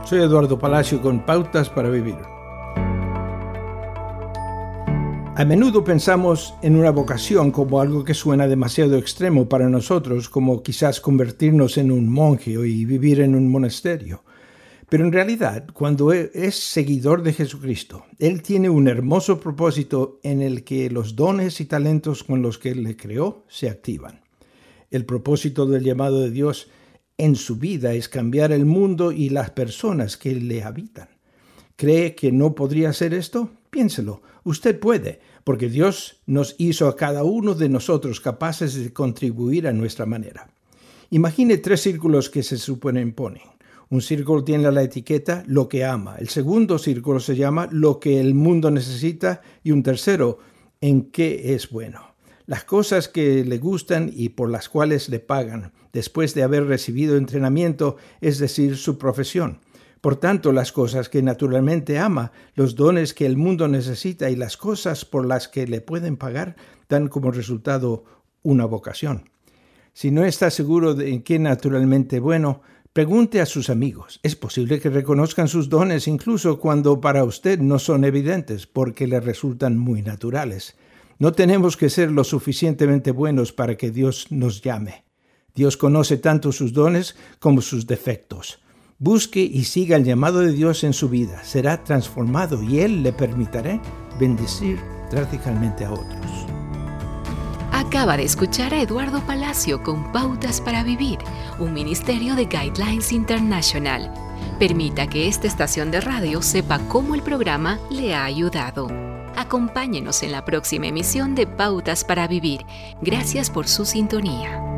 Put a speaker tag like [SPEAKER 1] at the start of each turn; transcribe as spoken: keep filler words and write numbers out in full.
[SPEAKER 1] Soy Eduardo Palacio con Pautas para Vivir. A menudo pensamos en una vocación como algo que suena demasiado extremo para nosotros, como quizás convertirnos en un monje y vivir en un monasterio. Pero en realidad, cuando es seguidor de Jesucristo, Él tiene un hermoso propósito en el que los dones y talentos con los que Él le creó se activan. El propósito del llamado de Dios en su vida es cambiar el mundo y las personas que le habitan. ¿Cree que no podría hacer esto? Piénselo. Usted puede, porque Dios nos hizo a cada uno de nosotros capaces de contribuir a nuestra manera. Imagine tres círculos que se superimponen. Un círculo tiene la etiqueta lo que ama. El segundo círculo se llama lo que el mundo necesita y un tercero en qué es bueno. Las cosas que le gustan y por las cuales le pagan después de haber recibido entrenamiento, es decir, su profesión. Por tanto, las cosas que naturalmente ama, los dones que el mundo necesita y las cosas por las que le pueden pagar dan como resultado una vocación. Si no está seguro de en qué naturalmente bueno, pregunte a sus amigos. Es posible que reconozcan sus dones incluso cuando para usted no son evidentes porque le resultan muy naturales. No tenemos que ser lo suficientemente buenos para que Dios nos llame. Dios conoce tanto sus dones como sus defectos. Busque y siga el llamado de Dios en su vida. Será transformado y Él le permitirá bendecir radicalmente a otros.
[SPEAKER 2] Acaba de escuchar a Eduardo Palacio con Pautas para Vivir, un ministerio de Guidelines International. Permita que esta estación de radio sepa cómo el programa le ha ayudado. Acompáñenos en la próxima emisión de Pautas para Vivir. Gracias por su sintonía.